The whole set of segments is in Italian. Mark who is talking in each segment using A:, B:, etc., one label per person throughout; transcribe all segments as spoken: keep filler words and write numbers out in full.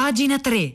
A: Pagina tre.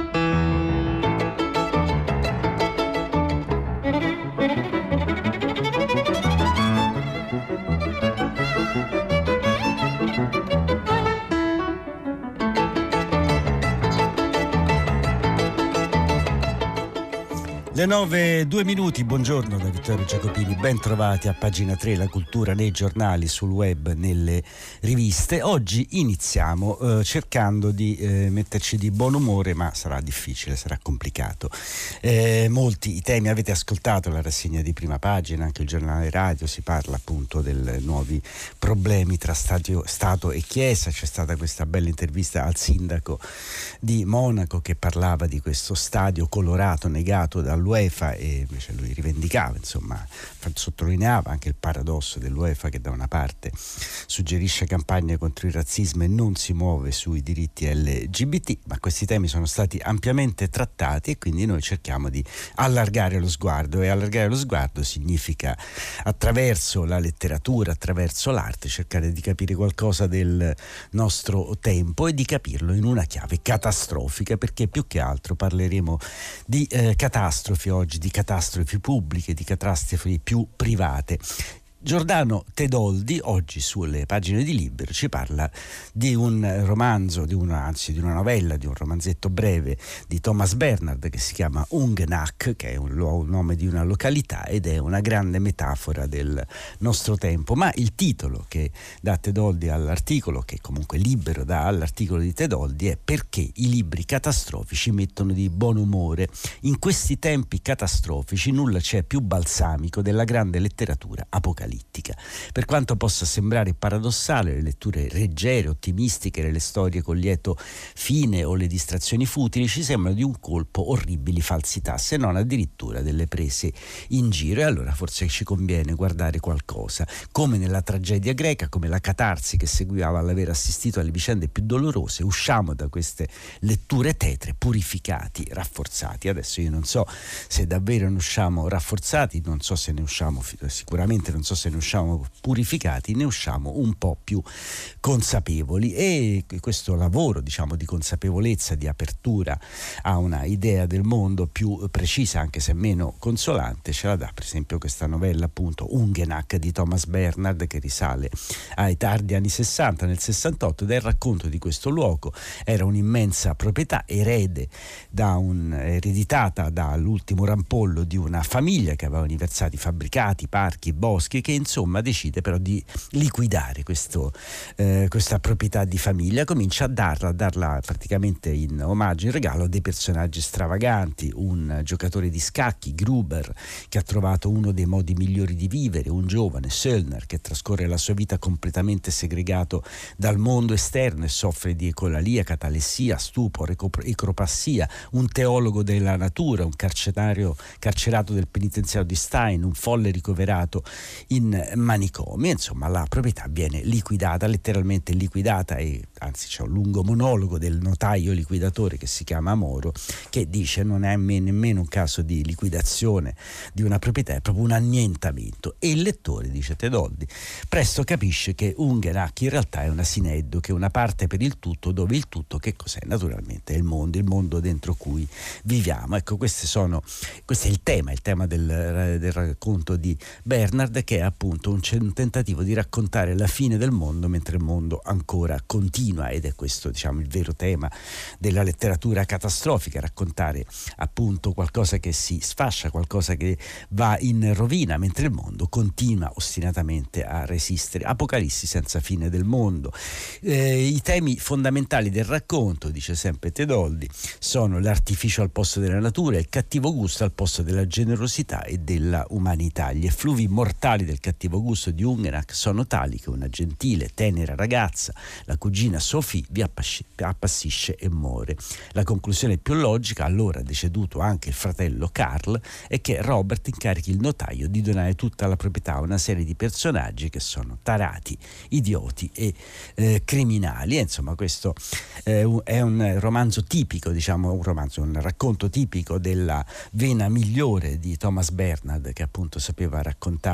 B: Le nove, due minuti, buongiorno da Vittorio Giacopini, ben trovati a Pagina tre, la cultura nei giornali, sul web, nelle riviste. Oggi iniziamo eh, cercando di eh, metterci di buon umore, ma sarà difficile, sarà complicato. Eh, molti i temi, avete ascoltato la rassegna di Prima Pagina, anche il giornale radio, si parla appunto dei nuovi problemi tra stadio, Stato e Chiesa. C'è stata questa bella intervista al sindaco di Monaco che parlava di questo stadio colorato negato dall'UEFA e invece lui rivendicava, insomma, sottolineava anche il paradosso dell'UEFA che da una parte suggerisce campagne contro il razzismo e non si muove sui diritti L G B T, ma questi temi sono stati ampiamente trattati e quindi noi cerchiamo di allargare lo sguardo, e allargare lo sguardo significa attraverso la letteratura, attraverso l'arte, cercare di capire qualcosa del nostro tempo e di capirlo in una chiave catastrofica, perché più che altro parleremo di eh, catastrofi oggi, di catastrofi pubbliche, di catastrofi più private. Giordano Tedoldi oggi sulle pagine di Libero ci parla di un romanzo, di una, anzi di una novella, di un romanzetto breve di Thomas Bernhard che si chiama Ungenach, che è un, un nome di una località ed è una grande metafora del nostro tempo. Ma il titolo che dà Tedoldi all'articolo, che comunque Libero dà all'articolo di Tedoldi, è Perché i libri catastrofici mettono di buon umore. In questi tempi catastrofici nulla c'è più balsamico della grande letteratura apocalittica. Per quanto possa sembrare paradossale, le letture leggere, ottimistiche, le storie con lieto fine o le distrazioni futili ci sembrano di un colpo orribili falsità, se non addirittura delle prese in giro. E allora forse ci conviene guardare qualcosa, come nella tragedia greca, come la catarsi che seguiva all'aver assistito alle vicende più dolorose. Usciamo da queste letture tetre purificati, rafforzati. Adesso io non so se davvero ne usciamo rafforzati, non so se ne usciamo, sicuramente non so se se ne usciamo purificati, ne usciamo un po' più consapevoli, e questo lavoro, diciamo, di consapevolezza, di apertura a una idea del mondo più precisa, anche se meno consolante, ce la dà per esempio questa novella appunto Ungenach di Thomas Bernhard, che risale ai tardi anni sessanta, nel sessantotto, ed è il racconto di questo luogo. Era un'immensa proprietà, erede da un, ereditata dall'ultimo rampollo di una famiglia che aveva universati fabbricati, parchi, boschi, che insomma decide però di liquidare questo, eh, questa proprietà di famiglia. Comincia a darla, a darla praticamente in omaggio, in regalo a dei personaggi stravaganti, un giocatore di scacchi, Gruber, che ha trovato uno dei modi migliori di vivere, un giovane, Söllner, che trascorre la sua vita completamente segregato dal mondo esterno e soffre di ecolalia, catalessia, stupor, ecropassia, un teologo della natura, un carcerario carcerato del penitenziario di Stein, un folle ricoverato in manicomi. Insomma, la proprietà viene liquidata, letteralmente liquidata, e anzi c'è un lungo monologo del notaio liquidatore che si chiama Moro, che dice non è nemmeno un caso di liquidazione di una proprietà, è proprio un annientamento. E il lettore, dice Tedoldi, presto capisce che Ungenach in realtà è un asineddo, che è una parte per il tutto, dove il tutto che cos'è? Naturalmente è il mondo, il mondo dentro cui viviamo. Ecco, queste sono, questo è il tema, il tema del, del racconto di Bernhard, che è appunto un, un tentativo di raccontare la fine del mondo mentre il mondo ancora continua, ed è questo, diciamo, il vero tema della letteratura catastrofica, raccontare appunto qualcosa che si sfascia, qualcosa che va in rovina mentre il mondo continua ostinatamente a resistere. Apocalissi senza fine del mondo. Eh, i temi fondamentali del racconto, dice sempre Tedoldi, sono l'artificio al posto della natura, il cattivo gusto al posto della generosità e della umanità. Gli effluvi mortali del cattivo gusto di Ungenach sono tali che una gentile, tenera ragazza, la cugina Sophie, vi appassisce e muore. La conclusione più logica, allora deceduto anche il fratello Karl, è che Robert incarichi il notaio di donare tutta la proprietà a una serie di personaggi che sono tarati, idioti e eh, criminali. E insomma, questo eh, è un romanzo tipico, diciamo, un romanzo, un racconto tipico della vena migliore di Thomas Bernhard, che appunto sapeva raccontare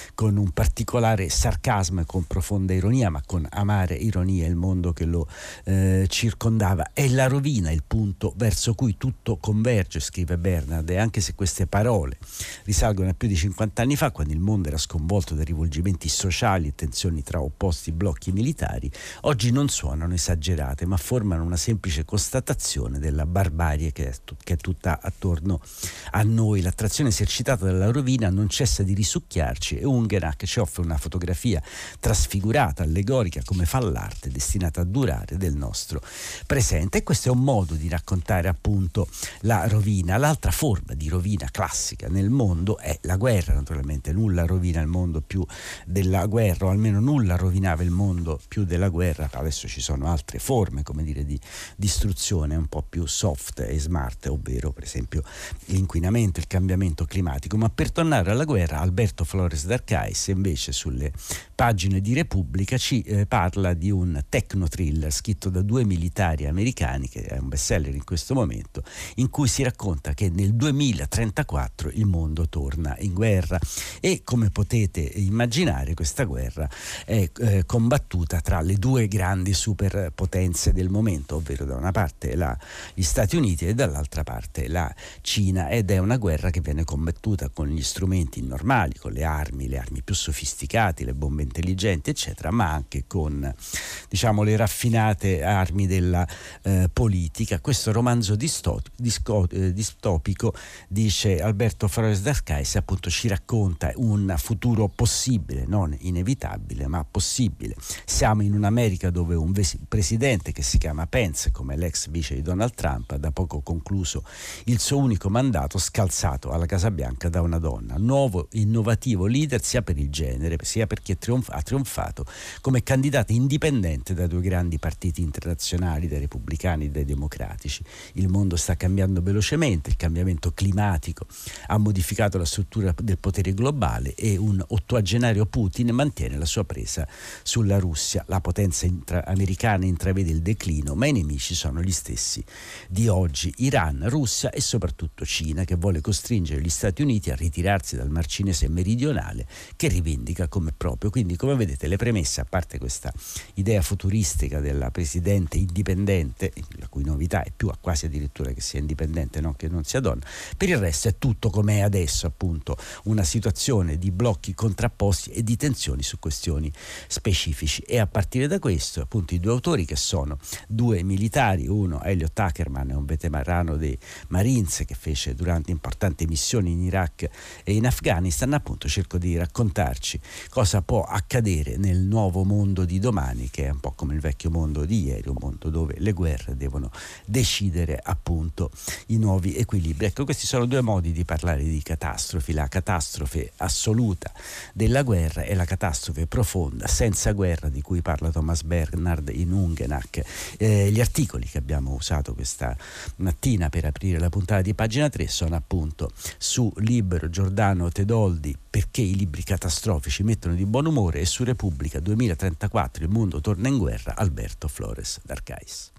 B: con un particolare sarcasmo e con profonda ironia, ma con amare ironia il mondo che lo eh, circondava. È la rovina il punto verso cui tutto converge, scrive Bernard, e anche se queste parole risalgono a più di cinquanta anni fa, quando il mondo era sconvolto da rivolgimenti sociali e tensioni tra opposti blocchi militari, oggi non suonano esagerate, ma formano una semplice constatazione della barbarie che è, tut- che è tutta attorno a noi. L'attrazione esercitata dalla rovina non cessa di risucchiarci e Ungenack ci offre una fotografia trasfigurata, allegorica, come fa l'arte, destinata a durare, del nostro presente. E questo è un modo di raccontare appunto la rovina. L'altra forma di rovina classica nel mondo è la guerra, naturalmente. Nulla rovina il mondo più della guerra, o almeno nulla rovinava il mondo più della guerra. Adesso ci sono altre forme, come dire, di distruzione un po' più soft e smart, ovvero per esempio l'inquinamento, il cambiamento climatico. Ma per tornare alla guerra, Alberto Flores d'Arcais invece sulle pagine di Repubblica ci eh, parla di un techno thriller scritto da due militari americani, che è un bestseller in questo momento, in cui si racconta che nel duemilatrentaquattro il mondo torna in guerra, e come potete immaginare questa guerra è eh, combattuta tra le due grandi superpotenze del momento, ovvero da una parte la, gli Stati Uniti e dall'altra parte la Cina, ed è una guerra che viene combattuta con gli strumenti normali, con le armi, le armi più sofisticate, le bombe intelligenti eccetera, ma anche con, diciamo, le raffinate armi della eh, politica. Questo romanzo disto- disco- eh, distopico, dice Alberto Flores d'Arcais, appunto ci racconta un futuro possibile, non inevitabile ma possibile. Siamo in un'America dove un ves- presidente che si chiama Pence, come l'ex vice di Donald Trump, ha da poco concluso il suo unico mandato, scalzato alla Casa Bianca da una donna, nuovo innovativo leader sia per il genere sia perché trionf- ha trionfato come candidata indipendente da due grandi partiti internazionali, dai repubblicani e dai democratici. Il mondo sta cambiando velocemente, il cambiamento climatico ha modificato la struttura del potere globale e un ottuagenario Putin mantiene la sua presa sulla Russia. La potenza intra- americana intravede il declino, ma i nemici sono gli stessi di oggi: Iran, Russia e soprattutto Cina, che vuole costringere gli Stati Uniti a ritirarsi dal Mar Cinese meridionale che rivendica come proprio. Quindi, come vedete, le premesse, a parte questa idea futuristica della presidente indipendente, la cui novità è più quasi addirittura che sia indipendente, non che non sia donna, per il resto è tutto come è adesso, appunto una situazione di blocchi contrapposti e di tensioni su questioni specifici. E a partire da questo, appunto, i due autori, che sono due militari, uno Elliot Ackerman, è un veterano dei Marines che fece durante importanti missioni in Iraq e in Afghanistan, appunto cerco di raccontarci cosa può accadere nel nuovo mondo di domani, che è un po' come il vecchio mondo di ieri, un mondo dove le guerre devono decidere appunto i nuovi equilibri. Ecco, questi sono due modi di parlare di catastrofi: la catastrofe assoluta della guerra e la catastrofe profonda senza guerra, di cui parla Thomas Bernard in Ungenack. Eh, gli articoli che abbiamo usato questa mattina per aprire la puntata di Pagina tre sono appunto su Libero, Giordano Tedoldi, Perché i libri catastrofici mettono di buon umore, e su Repubblica, duemilatrentaquattro il mondo torna in guerra, Alberto Flores d'Arcais.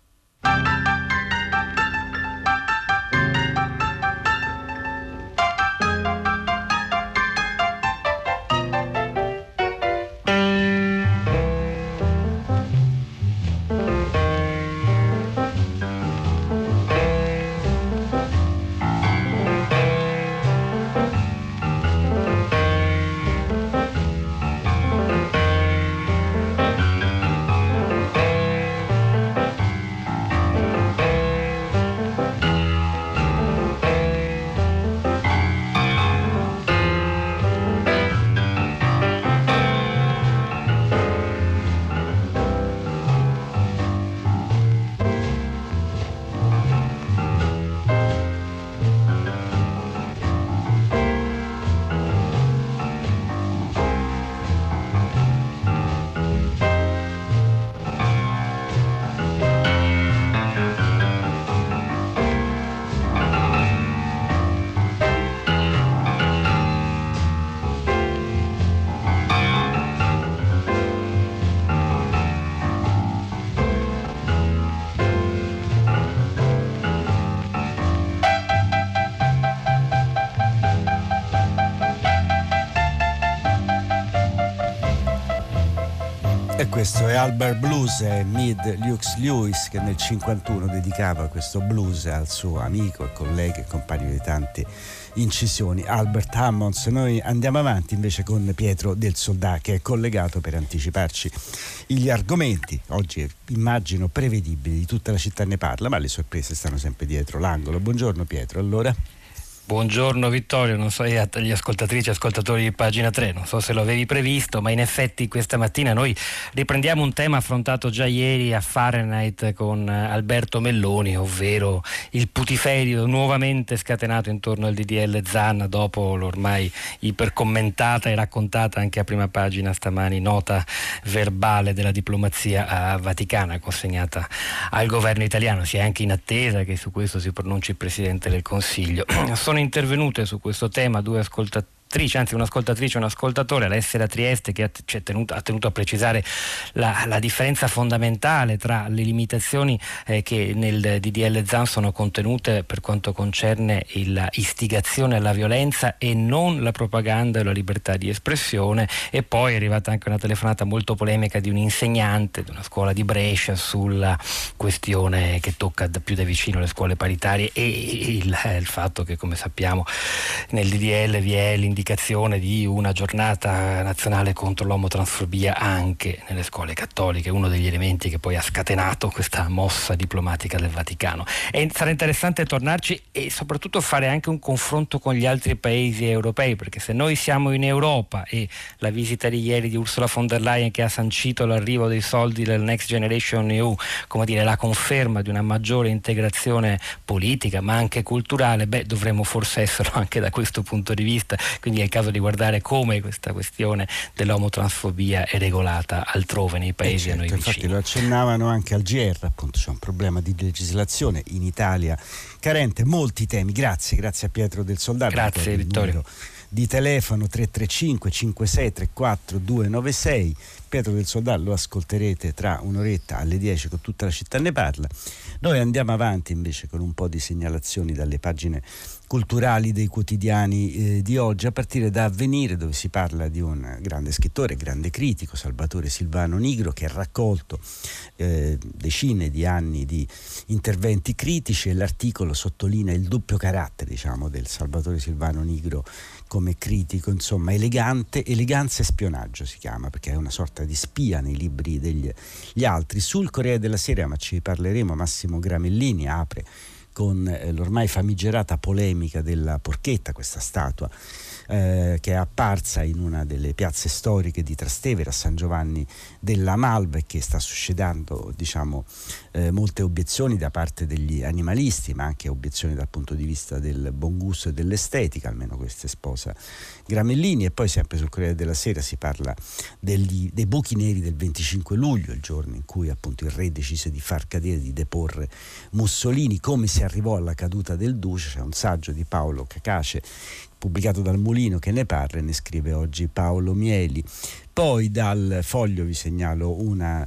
B: E questo è Albert Blues, è Mid Lux Lewis che nel cinquantuno dedicava questo blues al suo amico e collega e compagno di tante incisioni, Albert Hammonds. Noi andiamo avanti invece con Pietro del Soldà, che è collegato per anticiparci gli argomenti, oggi immagino prevedibili, di tutta la città ne parla, ma le sorprese stanno sempre dietro l'angolo. Buongiorno Pietro, allora.
A: Buongiorno Vittorio, non so, gli ascoltatrici e ascoltatori di Pagina tre, non so se lo avevi previsto, ma in effetti questa mattina noi riprendiamo un tema affrontato già ieri a Fahrenheit con Alberto Melloni, ovvero il putiferio nuovamente scatenato intorno al D D L Zan dopo l'ormai ipercommentata e raccontata anche a prima pagina stamani nota verbale della diplomazia vaticana consegnata al governo italiano. Si è anche in attesa che su questo si pronunci il Presidente del Consiglio. Sono intervenute su questo tema due ascoltatrici, anzi un'ascoltatrice e un ascoltatore, Alessia da Trieste, che ha, cioè, tenuto, ha tenuto a precisare la, la differenza fondamentale tra le limitazioni eh, che nel D D L Zan sono contenute per quanto concerne l'istigazione alla violenza e non la propaganda e la libertà di espressione. E poi è arrivata anche una telefonata molto polemica di un insegnante di una scuola di Brescia sulla questione che tocca da più da vicino le scuole paritarie e il, il fatto che, come sappiamo, nel D D L vi è l'indicazione di una giornata nazionale contro l'omotransfobia anche nelle scuole cattoliche, uno degli elementi che poi ha scatenato questa mossa diplomatica del Vaticano. E sarà interessante tornarci e soprattutto fare anche un confronto con gli altri paesi europei, perché se noi siamo in Europa e la visita di ieri di Ursula von der Leyen, che ha sancito l'arrivo dei soldi del Next Generation E U, come dire, la conferma di una maggiore integrazione politica ma anche culturale, beh, dovremmo forse esserlo anche da questo punto di vista. Quindi è il caso di guardare come questa questione dell'omotransfobia è regolata altrove nei paesi eh certo, a noi vicini.
B: Infatti lo accennavano anche al G R, appunto c'è un problema di legislazione in Italia carente, molti temi. Grazie, grazie a Pietro del Soldà.
A: Grazie Vittorio.
B: Di telefono tre tre cinque cinque sei tre quattro due nove sei. Pietro del Soldà lo ascolterete tra un'oretta alle dieci con Tutta la città ne parla. Noi andiamo avanti invece con un po' di segnalazioni dalle pagine culturali dei quotidiani eh, di oggi, a partire da Avvenire, dove si parla di un grande scrittore, grande critico, Salvatore Silvano Nigro, che ha raccolto eh, decine di anni di interventi critici, e l'articolo sottolinea il doppio carattere, diciamo, del Salvatore Silvano Nigro come critico, insomma, elegante, eleganza e spionaggio si chiama, perché è una sorta di spia nei libri degli gli altri. Sul Corriere della Sera, ma ci parleremo, Massimo Gramellini apre con eh, l'ormai famigerata polemica della Porchetta, questa statua eh, che è apparsa in una delle piazze storiche di Trastevere, a San Giovanni della Malva, e che sta suscitando, diciamo, eh, molte obiezioni da parte degli animalisti, ma anche obiezioni dal punto di vista del buon gusto e dell'estetica, almeno queste sposa Gramellini. E poi sempre sul Corriere della Sera si parla degli, dei buchi neri del venticinque luglio, il giorno in cui appunto il re decise di far cadere, di deporre Mussolini, come si arrivò alla caduta del duce. C'è un saggio di Paolo Cacace pubblicato dal Mulino che ne parla, e ne scrive oggi Paolo Mieli. Poi dal Foglio vi segnalo una,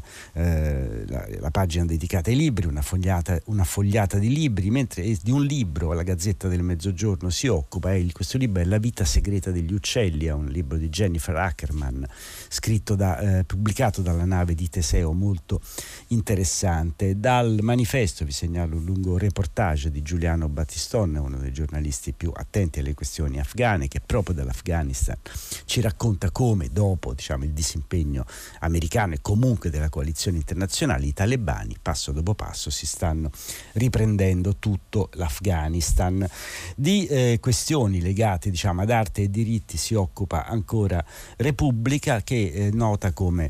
B: eh, la, la pagina dedicata ai libri, una fogliata, una fogliata di libri, mentre di un libro la Gazzetta del Mezzogiorno si occupa, e questo libro è La vita segreta degli uccelli, è un libro di Jennifer Ackerman, scritto da, eh, pubblicato dalla Nave di Teseo, molto interessante. Dal Manifesto vi segnalo un lungo reportage di Giuliano Battiston, uno dei giornalisti più attenti alle questioni afghane, che proprio dall'Afghanistan ci racconta come dopo, diciamo, il disimpegno americano e comunque della coalizione internazionale, i talebani passo dopo passo si stanno riprendendo tutto l'Afghanistan. Di eh, questioni legate, diciamo, ad arte e diritti si occupa ancora Repubblica, che eh, nota come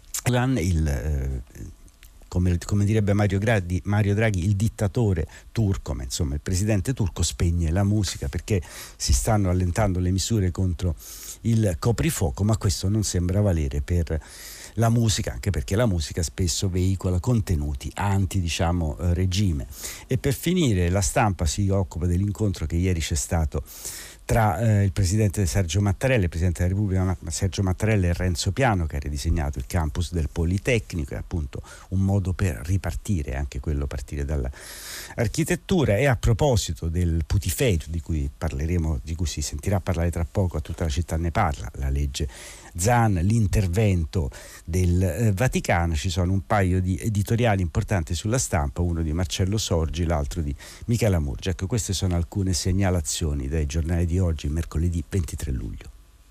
B: il eh, Come, come direbbe Mario Draghi, Mario Draghi, il dittatore turco, ma insomma il presidente turco, spegne la musica perché si stanno allentando le misure contro il coprifuoco, ma questo non sembra valere per la musica, anche perché la musica spesso veicola contenuti anti, diciamo, regime. E per finire La Stampa si occupa dell'incontro che ieri c'è stato tra eh, il presidente Sergio Mattarella, il presidente della Repubblica Sergio Mattarella e Renzo Piano, che ha ridisegnato il campus del Politecnico, è appunto un modo per ripartire, anche quello partire dall'architettura. E a proposito del putiferio di cui parleremo, di cui si sentirà parlare tra poco, a tutta la città ne parla, la legge Zan, l'intervento del eh, Vaticano, ci sono un paio di editoriali importanti sulla Stampa, uno di Marcello Sorgi, l'altro di Michela Murgia. Ecco, queste sono alcune segnalazioni dai giornali di oggi, mercoledì ventitré luglio.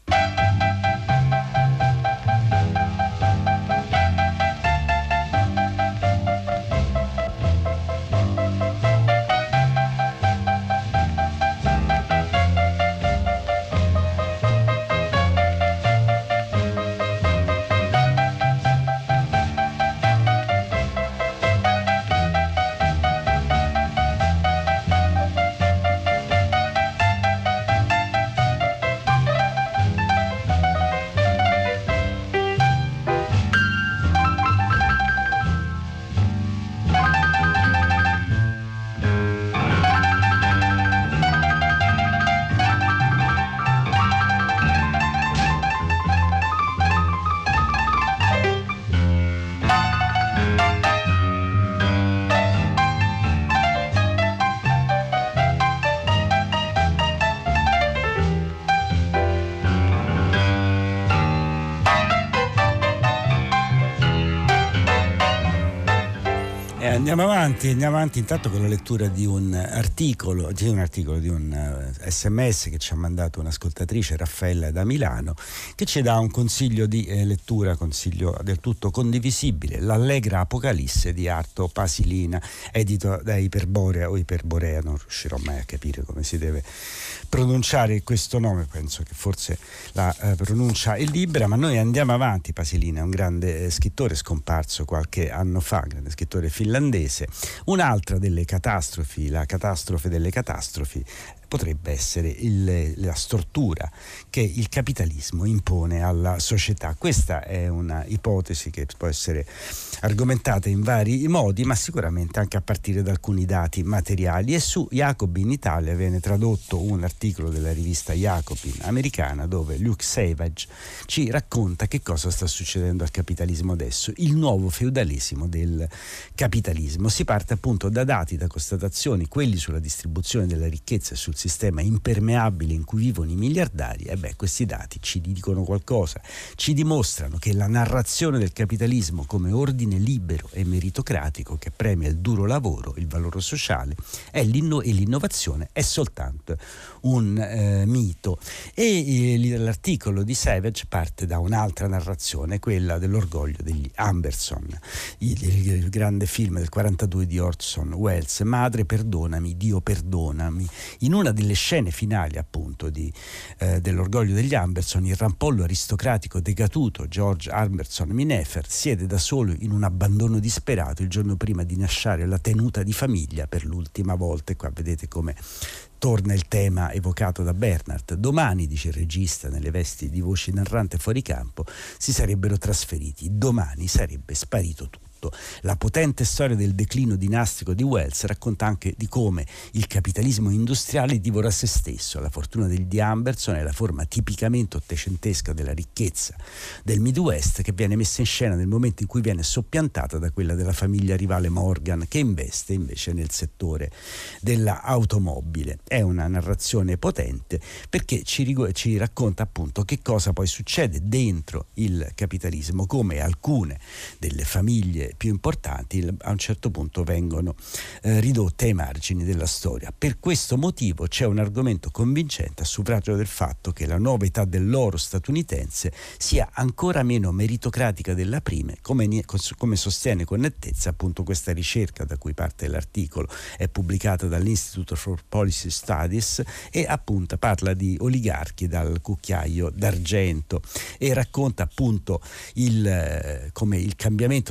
B: Andiamo avanti, andiamo avanti intanto con la lettura di un articolo, di un articolo, di un uh, sms che ci ha mandato un'ascoltatrice, Raffaella da Milano, che ci dà un consiglio di eh, lettura, consiglio del tutto condivisibile, L'allegra Apocalisse di Arto Pasilina, edito da Iperborea o Iperborea, non riuscirò mai a capire come si deve pronunciare questo nome, penso che forse la eh, pronuncia è libera, ma noi andiamo avanti. Pasilina è un grande eh, scrittore scomparso qualche anno fa, grande scrittore finlandese. Un'altra delle catastrofi, la catastrofe delle catastrofi, potrebbe essere il, la stortura che il capitalismo impone alla società. Questa è una ipotesi che può essere argomentata in vari modi, ma sicuramente anche a partire da alcuni dati materiali. E su Jacobin Italia viene tradotto un articolo della rivista Jacobin americana, dove Luke Savage ci racconta che cosa sta succedendo al capitalismo adesso, il nuovo feudalesimo del capitalismo. Si parte appunto da dati, da constatazioni, quelli sulla distribuzione della ricchezza e sul sistema impermeabile in cui vivono i miliardari. E beh, questi dati ci dicono qualcosa, ci dimostrano che la narrazione del capitalismo come ordine libero e meritocratico che premia il duro lavoro, il valore sociale è l'inno- e l'innovazione è soltanto un eh, mito. E eh, l'articolo di Savage parte da un'altra narrazione, quella dell'orgoglio degli Amberson, il, il, il grande film del quarantadue di Orson Welles, Madre perdonami, Dio perdonami. In una delle scene finali appunto di, eh, dell'orgoglio degli Amberson, il rampollo aristocratico decaduto George Amberson Minafer siede da solo in un abbandono disperato il giorno prima di lasciare la tenuta di famiglia per l'ultima volta. E qua vedete come torna il tema evocato da Bernhardt. Domani, dice il regista nelle vesti di voce narrante fuori campo, si sarebbero trasferiti, domani sarebbe sparito tutto. La potente storia del declino dinastico di Wells racconta anche di come il capitalismo industriale divora se stesso. La fortuna degli Amberson è la forma tipicamente ottocentesca della ricchezza del Midwest, che viene messa in scena nel momento in cui viene soppiantata da quella della famiglia rivale Morgan, che investe invece nel settore della automobile. È una narrazione potente perché ci, rigu- ci racconta appunto che cosa poi succede dentro il capitalismo, come alcune delle famiglie più importanti a un certo punto vengono eh, ridotte ai margini della storia. Per questo motivo c'è un argomento convincente a suffragio del fatto che la nuova età dell'oro statunitense sia ancora meno meritocratica della prima, come, come sostiene con nettezza appunto questa ricerca da cui parte l'articolo. È pubblicata dall'Institute for Policy Studies e appunto parla di oligarchi dal cucchiaio d'argento e racconta appunto il, come il cambiamento del capitalismo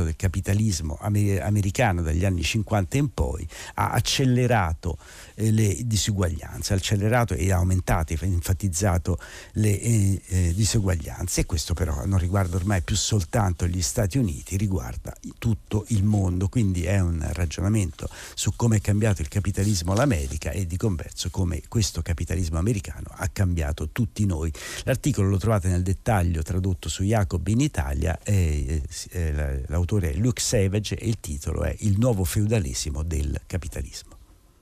B: capitalismo amer- americano dagli anni cinquanta in poi ha accelerato eh, le disuguaglianze, ha accelerato e ha aumentato, enfatizzato le eh, eh, disuguaglianze, e questo però non riguarda ormai più soltanto gli Stati Uniti, riguarda tutto il mondo, quindi è un ragionamento su come è cambiato il capitalismo all'America e di converso come questo capitalismo americano ha cambiato tutti noi. L'articolo lo trovate nel dettaglio tradotto su Jacob in Italia, e, e, l'autore è Luke Savage e il titolo è Il nuovo feudalesimo del capitalismo.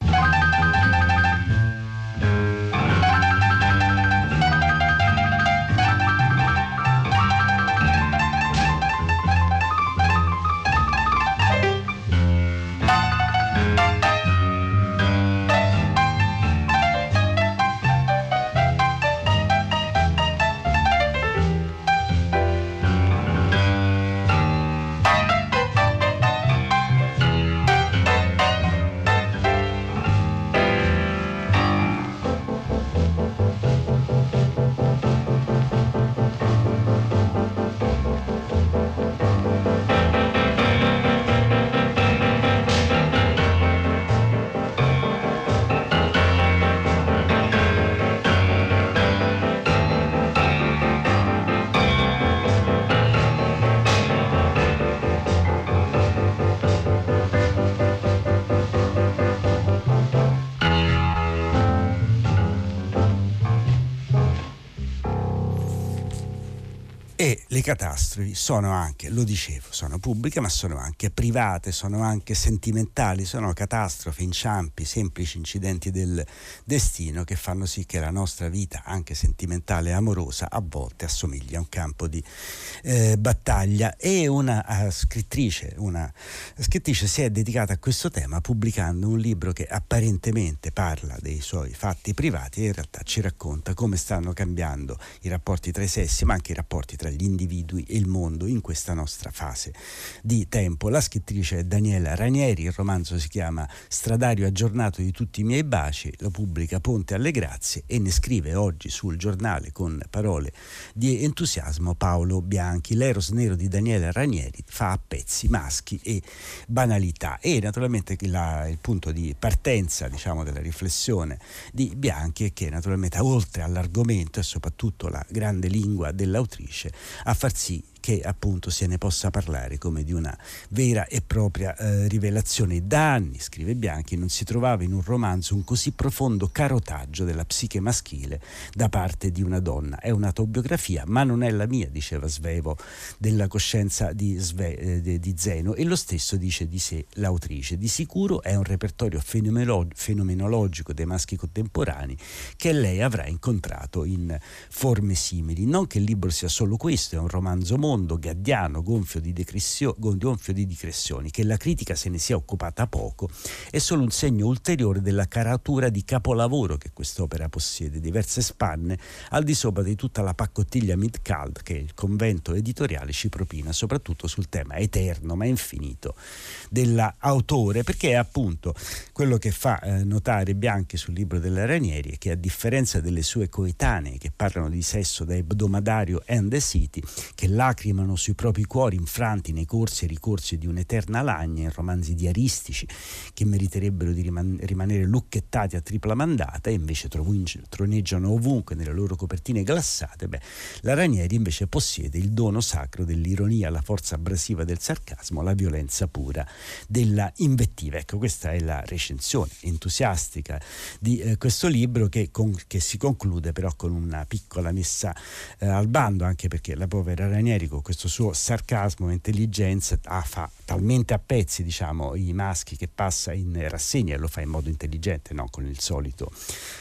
B: E le catastrofi sono anche, lo dicevo, sono pubbliche ma sono anche private, sono anche sentimentali, sono catastrofi, inciampi, semplici incidenti del destino che fanno sì che la nostra vita, anche sentimentale e amorosa, a volte assomiglia a un campo di eh, battaglia. E una uh, scrittrice, una scrittrice si è dedicata a questo tema pubblicando un libro che apparentemente parla dei suoi fatti privati e in realtà ci racconta come stanno cambiando i rapporti tra i sessi, ma anche i rapporti tra gli individui e il mondo in questa nostra fase di tempo. La scrittrice è Daniela Ranieri, il romanzo si chiama Stradario aggiornato di tutti i miei baci, lo pubblica Ponte alle Grazie e ne scrive oggi sul giornale con parole di entusiasmo Paolo Bianchi. L'eros nero di Daniela Ranieri fa a pezzi maschi e banalità, e naturalmente la, il punto di partenza, diciamo, della riflessione di Bianchi è che naturalmente oltre all'argomento e soprattutto la grande lingua dell'autrice a far sì che appunto se ne possa parlare come di una vera e propria eh, rivelazione. Da anni, scrive Bianchi, non si trovava in un romanzo un così profondo carotaggio della psiche maschile da parte di una donna. È un'autobiografia, ma non è la mia, diceva Svevo, della coscienza di, Sve, eh, di Zeno, e lo stesso dice di sé l'autrice. Di sicuro è un repertorio fenomenolo- fenomenologico dei maschi contemporanei che lei avrà incontrato in forme simili. Non che il libro sia solo questo, è un romanzo mondo gaddiano, gonfio di, decressio, gonfio di digressioni. Che la critica se ne sia occupata poco è solo un segno ulteriore della caratura di capolavoro che quest'opera possiede, diverse spanne al di sopra di tutta la paccottiglia Midcald che il convento editoriale ci propina, soprattutto sul tema eterno ma infinito dell'autore, perché è appunto quello che fa eh, notare Bianchi sul libro della Ranieri è che, a differenza delle sue coetanee che parlano di sesso da Ebdomadario and the City, che lacrimano sui propri cuori infranti nei corsi e ricorsi di un'eterna lagna, in romanzi diaristici che meriterebbero di riman- rimanere lucchettati a tripla mandata e invece trovin- troneggiano ovunque nelle loro copertine glassate, beh, la Ranieri invece possiede il dono sacro dell'ironia, la forza abrasiva del sarcasmo, la violenza pura della invettiva. Ecco, questa è la recensione entusiastica di eh, questo libro che, con- che si conclude però con una piccola messa eh, al bando, anche perché la povera Ranieri con questo suo sarcasmo e intelligenza ah, fa talmente a pezzi, diciamo, i maschi che passa in rassegna, e lo fa in modo intelligente, no? Con il solito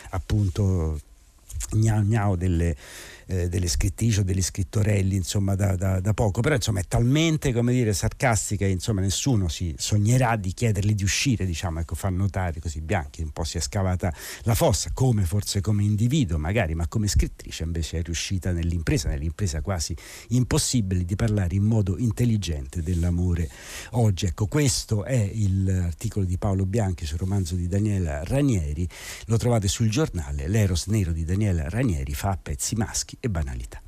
B: appunto gnao gnao delle, eh, delle scrittrici o degli scrittorelli, insomma, da, da, da poco, però insomma è talmente, come dire, sarcastica e insomma nessuno si sognerà di chiedergli di uscire, diciamo, ecco, fa notare così Bianchi un po' si è scavata la fossa, come forse come individuo magari, ma come scrittrice invece è riuscita nell'impresa, nell'impresa quasi impossibile di parlare in modo intelligente dell'amore oggi. Ecco, questo è l'articolo di Paolo Bianchi sul romanzo di Daniela Ranieri, lo trovate sul giornale. L'eros nero di Daniela Ranieri fa a pezzi maschi e banalità.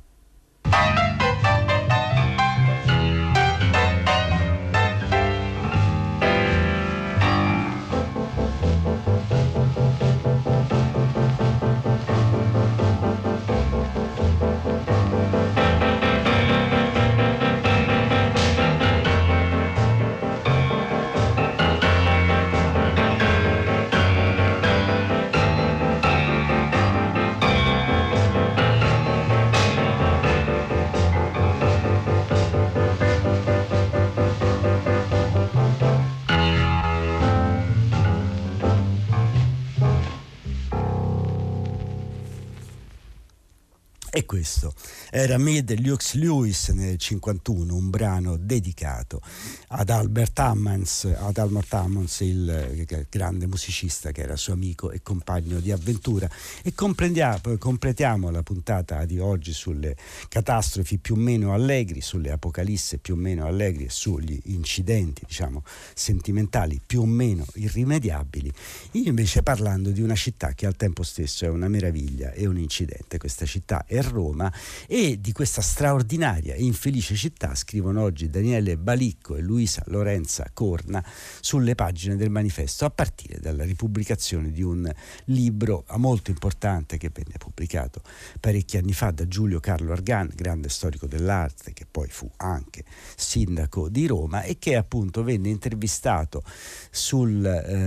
B: E questo era Made Lux Lewis nel cinquantuno, un brano dedicato ad Albert Hammons, ad Albert Hammons, il, il grande musicista che era suo amico e compagno di avventura. E completiamo la puntata di oggi sulle catastrofi più o meno allegri, sulle apocalisse più o meno allegri e sugli incidenti, diciamo, sentimentali più o meno irrimediabili, io invece parlando di una città che al tempo stesso è una meraviglia e un incidente. Questa città è Roma, e di questa straordinaria e infelice città scrivono oggi Daniele Balicco e Luisa Lorenza Corna sulle pagine del Manifesto, a partire dalla ripubblicazione di un libro molto importante che venne pubblicato parecchi anni fa da Giulio Carlo Argan, grande storico dell'arte che poi fu anche sindaco di Roma e che appunto venne intervistato sul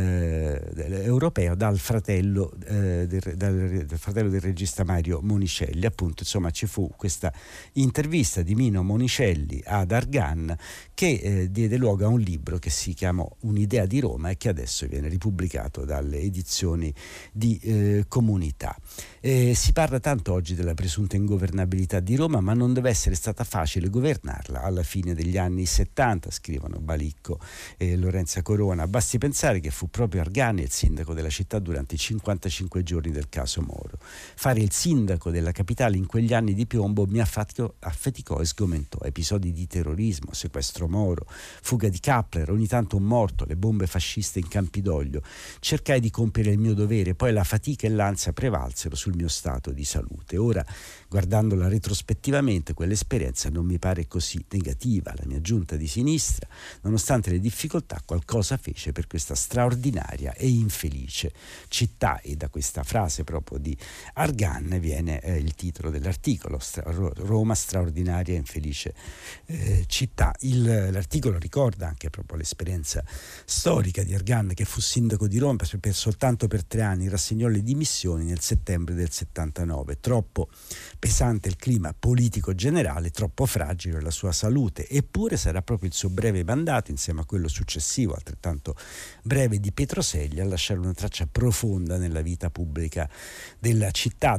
B: eh, europeo dal fratello, eh, del, dal, del fratello del regista Mario Monicelli. Appunto, insomma, ci fu questa intervista di Mino Monicelli ad Argan che eh, diede luogo a un libro che si chiamò Un'idea di Roma e che adesso viene ripubblicato dalle edizioni di eh, Comunità. Eh, si parla tanto oggi della presunta ingovernabilità di Roma, ma non deve essere stata facile governarla alla fine degli anni settanta, scrivono Balicco e Lorenza Corona. Basti pensare che fu proprio Argan il sindaco della città durante i cinquantacinque giorni del caso Moro. Fare il sindaco della capitale in quegli anni di piombo mi affaticò e sgomentò. Episodi di terrorismo, sequestro Moro, fuga di Kappler, ogni tanto un morto, le bombe fasciste in Campidoglio. Cercai di compiere il mio dovere, poi la fatica e l'ansia prevalsero sul mio stato di salute. Ora, guardandola retrospettivamente, quell'esperienza non mi pare così negativa. La mia giunta di sinistra, nonostante le difficoltà, qualcosa fece per questa straordinaria e infelice città. E da questa frase proprio di Argan viene eh, il titolo dell'articolo, Roma straordinaria e infelice eh, città. Il, l'articolo ricorda anche proprio l'esperienza storica di Argan, che fu sindaco di Roma per, per soltanto per tre anni, rassegnò le dimissioni nel settembre del settantanove. Troppo pesante il clima politico generale, troppo fragile la sua salute, eppure sarà proprio il suo breve mandato, insieme a quello successivo altrettanto breve di Petroselli, a lasciare una traccia profonda nella vita pubblica della città,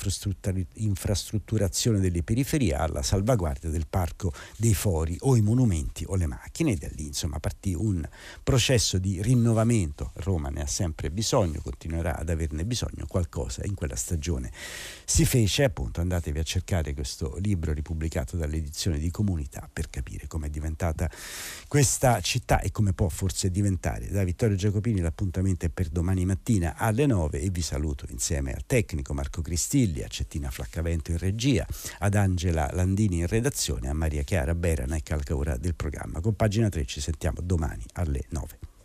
B: dall'infrastrutturazione delle periferie alla salvaguardia del parco dei fori o i monumenti o le macchine. E da lì insomma partì un processo di rinnovamento. Roma ne ha sempre bisogno, continuerà ad averne bisogno. Qualcosa in quella stagione si fece. Appunto, andatevi a cercare questo libro ripubblicato dall'edizione di Comunità per capire com'è diventata questa città e come può forse diventare. Da Vittorio Giacopini l'appuntamento è per domani mattina alle nove e vi saluto insieme al tecnico Marco Cristilli, a Cettina Flaccavento in regia, ad Angela Landini in redazione, a Maria Chiara Berana e Calcaura del programma. Con Pagina tre ci sentiamo domani alle nove.